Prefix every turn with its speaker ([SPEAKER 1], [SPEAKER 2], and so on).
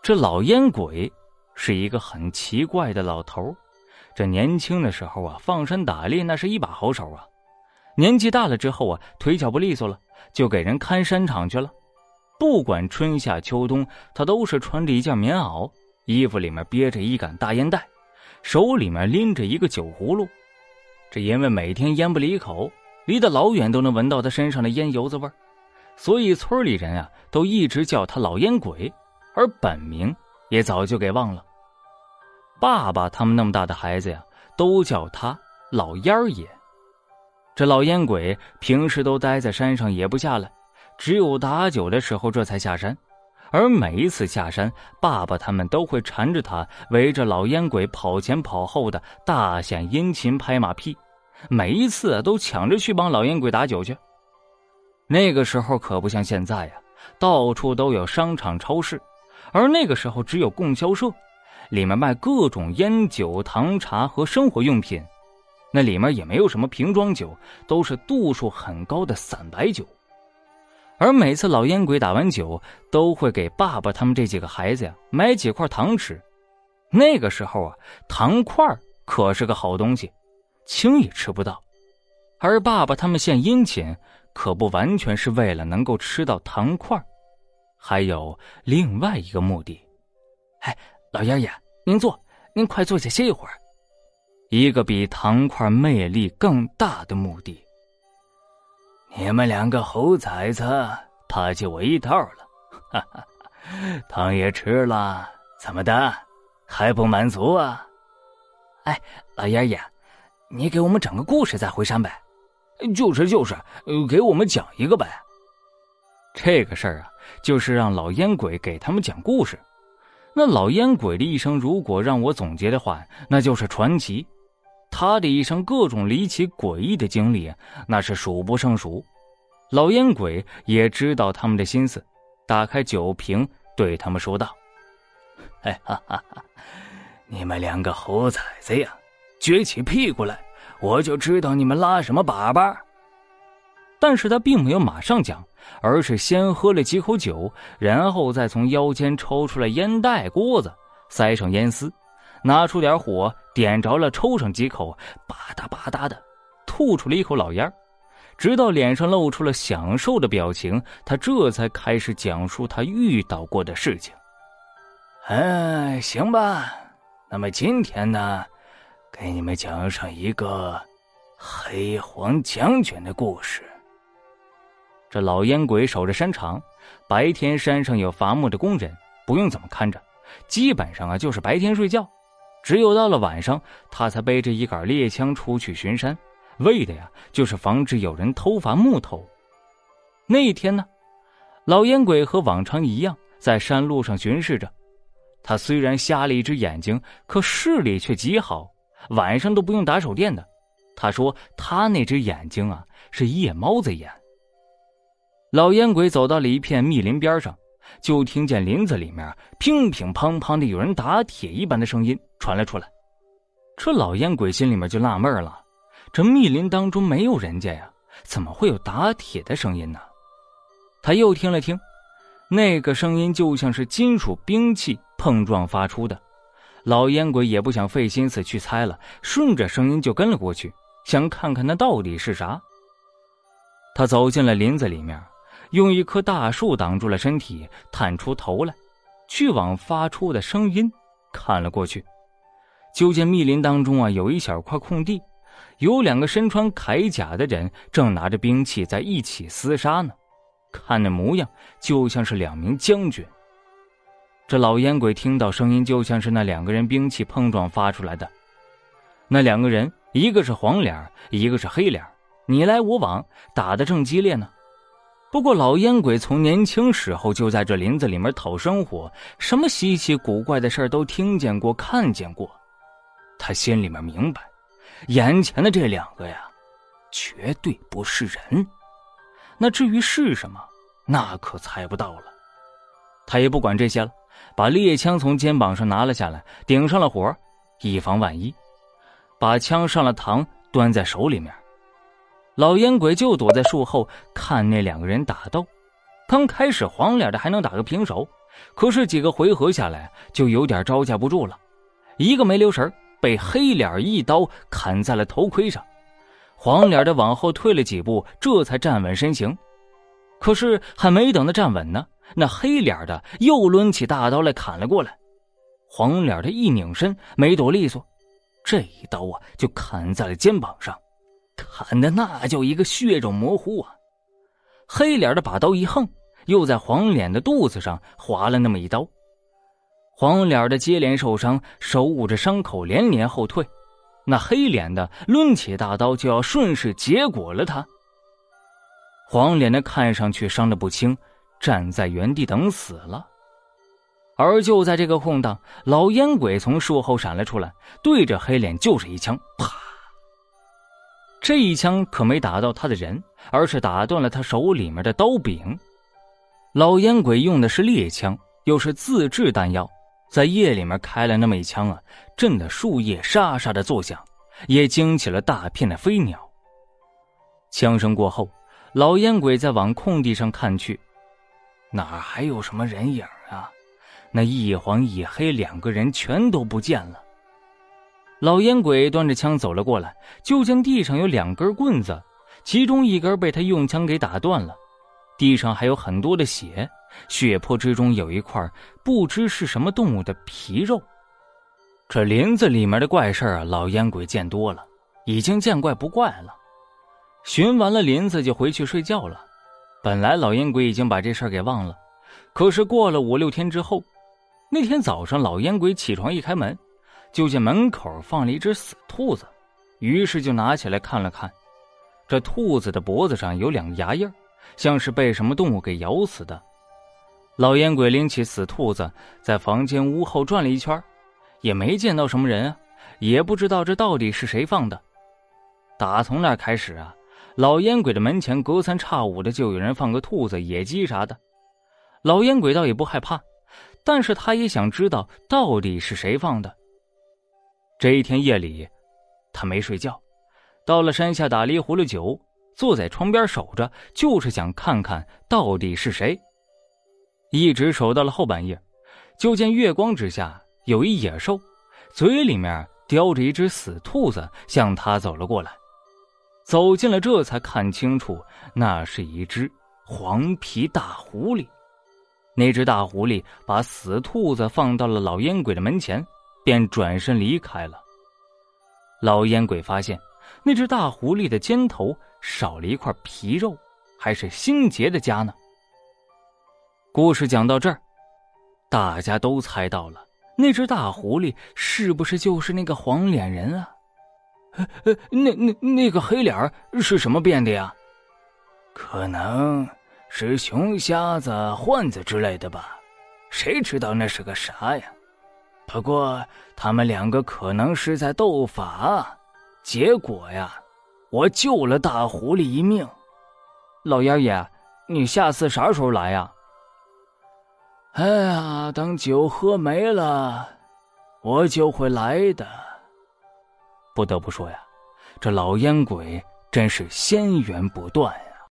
[SPEAKER 1] 这老烟鬼是一个很奇怪的老头，这年轻的时候啊，放山打猎那是一把好手啊。年纪大了之后啊，腿脚不利索了，就给人看山场去了。不管春夏秋冬，他都是穿着一件棉袄，衣服里面憋着一杆大烟袋，手里面拎着一个酒葫芦。这因为每天烟不离口，离得老远都能闻到他身上的烟油子味儿，所以村里人啊都一直叫他老烟鬼，而本名也早就给忘了。爸爸他们那么大的孩子呀，都叫他老烟儿爷。这老烟鬼平时都待在山上也不下来，只有打酒的时候这才下山。而每一次下山，爸爸他们都会缠着他，围着老烟鬼跑前跑后的大显殷勤拍马屁，每一次都抢着去帮老烟鬼打酒去。那个时候可不像现在呀，到处都有商场超市，而那个时候只有供销社，里面卖各种烟酒糖茶和生活用品，那里面也没有什么瓶装酒，都是度数很高的散白酒。而每次老烟鬼打完酒，都会给爸爸他们这几个孩子呀买几块糖吃。那个时候啊，糖块可是个好东西，轻易吃不到。而爸爸他们献殷勤，可不完全是为了能够吃到糖块，还有另外一个目的。哎，老爷爷，您坐，您快坐下歇一会儿。一个比糖块魅力更大的目的。你们两个猴崽子怕起我一套了，哈哈，糖也吃了，怎么的，还不满足啊？哎，老爷爷，你给我们整个故事再回山呗。就是，给我们讲一个呗。这个事儿啊，就是让老烟鬼给他们讲故事。那老烟鬼的一生，如果让我总结的话，那就是传奇。他的一生各种离奇诡异的经历，那是数不胜数。老烟鬼也知道他们的心思，打开酒瓶对他们说道：哎哈哈哈，你们两个猴崽子呀，撅起屁股来，我就知道你们拉什么粑粑。但是他并没有马上讲，而是先喝了几口酒，然后再从腰间抽出来烟袋锅子，塞上烟丝，拿出点火点着了，抽上几口，吧嗒吧嗒的吐出了一口老烟，直到脸上露出了享受的表情，他这才开始讲述他遇到过的事情。行吧，那么今天呢，给你们讲上一个黑黄将军的故事。这老烟鬼守着山场，白天山上有伐木的工人，不用怎么看着，基本上就是白天睡觉，只有到了晚上，他才背着一杆猎枪出去巡山，为的呀就是防止有人偷伐木头。那一天呢，老烟鬼和往常一样在山路上巡视着。他虽然瞎了一只眼睛，可视力却极好，晚上都不用打手电的。他说他那只眼睛啊是夜猫子眼。老烟鬼走到了一片密林边上，就听见林子里面乒乒乓乓的有人打铁一般的声音传了出来。这老烟鬼心里面就纳闷了，这密林当中没有人家呀，怎么会有打铁的声音呢？他又听了听，那个声音就像是金属兵器碰撞发出的。老烟鬼也不想费心思去猜了，顺着声音就跟了过去，想看看那到底是啥。他走进了林子里面，用一棵大树挡住了身体，探出头来，去往发出的声音看了过去。就见密林当中有一小块空地，有两个身穿铠甲的人正拿着兵器在一起厮杀呢，看那模样就像是两名将军。这老烟鬼听到声音就像是那两个人兵器碰撞发出来的。那两个人一个是黄脸，一个是黑脸，你来我往，打得正激烈呢。不过老烟鬼从年轻时候就在这林子里面讨生活，什么稀奇古怪的事都听见过看见过。他心里面明白，眼前的这两个呀，绝对不是人。那至于是什么，那可猜不到了。他也不管这些了，把猎枪从肩膀上拿了下来，顶上了火，以防万一，把枪上了膛，端在手里面。老烟鬼就躲在树后看那两个人打斗。刚开始黄脸的还能打个平手， 可是几个回合下来就有点招架不住了，一个没留神被黑脸一刀砍在了头盔上，黄脸的往后退了几步，这才站稳身形。可是还没等他站稳呢，那黑脸的又抡起大刀来砍了过来，黄脸的一拧身没躲利索，这一刀啊就砍在了肩膀上，砍的那叫一个血肉模糊啊。黑脸的把刀一横，又在黄脸的肚子上划了那么一刀，黄脸的接连受伤，手捂着伤口连连后退，那黑脸的抡起大刀就要顺势结果了他。黄脸的看上去伤得不轻，站在原地等死了。而就在这个空档，老烟鬼从树后闪了出来，对着黑脸就是一枪，啪！这一枪可没打到他的人，而是打断了他手里面的刀柄。老烟鬼用的是猎枪，又是自制弹药，在夜里面开了那么一枪啊，震得树叶沙沙的作响，也惊起了大片的飞鸟。枪声过后，老烟鬼再往空地上看去，哪还有什么人影啊？那一黄一黑两个人全都不见了。老烟鬼端着枪走了过来，就见地上有两根棍子，其中一根被他用枪给打断了，地上还有很多的血，血泊之中有一块不知是什么动物的皮肉。这林子里面的怪事啊，老烟鬼见多了，已经见怪不怪了。寻完了林子就回去睡觉了。本来老烟鬼已经把这事儿给忘了，可是过了5、6天之后，那天早上老烟鬼起床一开门，就见门口放了一只死兔子，于是就拿起来看了看。这兔子的脖子上有2个牙印，像是被什么动物给咬死的。老烟鬼拎起死兔子，在房间屋后转了一圈，也没见到什么人啊，也不知道这到底是谁放的。打从那开始啊，老烟鬼的门前隔三差五的就有人放个兔子、野鸡啥的。老烟鬼倒也不害怕，但是他也想知道到底是谁放的。这一天夜里，他没睡觉，到了山下打了一壶了酒，坐在窗边守着，就是想看看到底是谁。一直守到了后半夜，就见月光之下有一野兽，嘴里面叼着一只死兔子，向他走了过来。走近了，这才看清楚，那是一只黄皮大狐狸。那只大狐狸把死兔子放到了老烟鬼的门前，便转身离开了。老烟鬼发现那只大狐狸的肩头少了一块皮肉，还是新结的痂呢。故事讲到这儿，大家都猜到了，那只大狐狸是不是就是那个黄脸人啊？那个黑脸是什么变的呀？可能是熊瞎子、幻子之类的吧，谁知道那是个啥呀？不过他们2个可能是在斗法，结果呀，我救了大狐狸一命。老烟爷，你下次啥时候来呀？哎呀，等酒喝没了，我就会来的。不得不说呀，这老烟鬼真是仙缘不断呀。